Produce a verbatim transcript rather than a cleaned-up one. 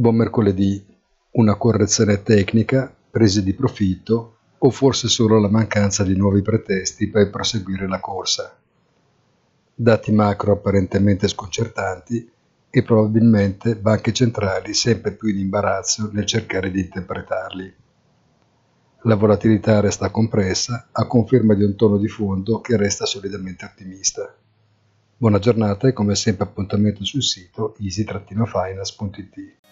Buon mercoledì, una correzione tecnica, prese di profitto o forse solo la mancanza di nuovi pretesti per proseguire la corsa. Dati macro apparentemente sconcertanti e probabilmente banche centrali sempre più in imbarazzo nel cercare di interpretarli. La volatilità resta compressa a conferma di un tono di fondo che resta solidamente ottimista. Buona giornata e come sempre appuntamento sul sito easy finance punto it.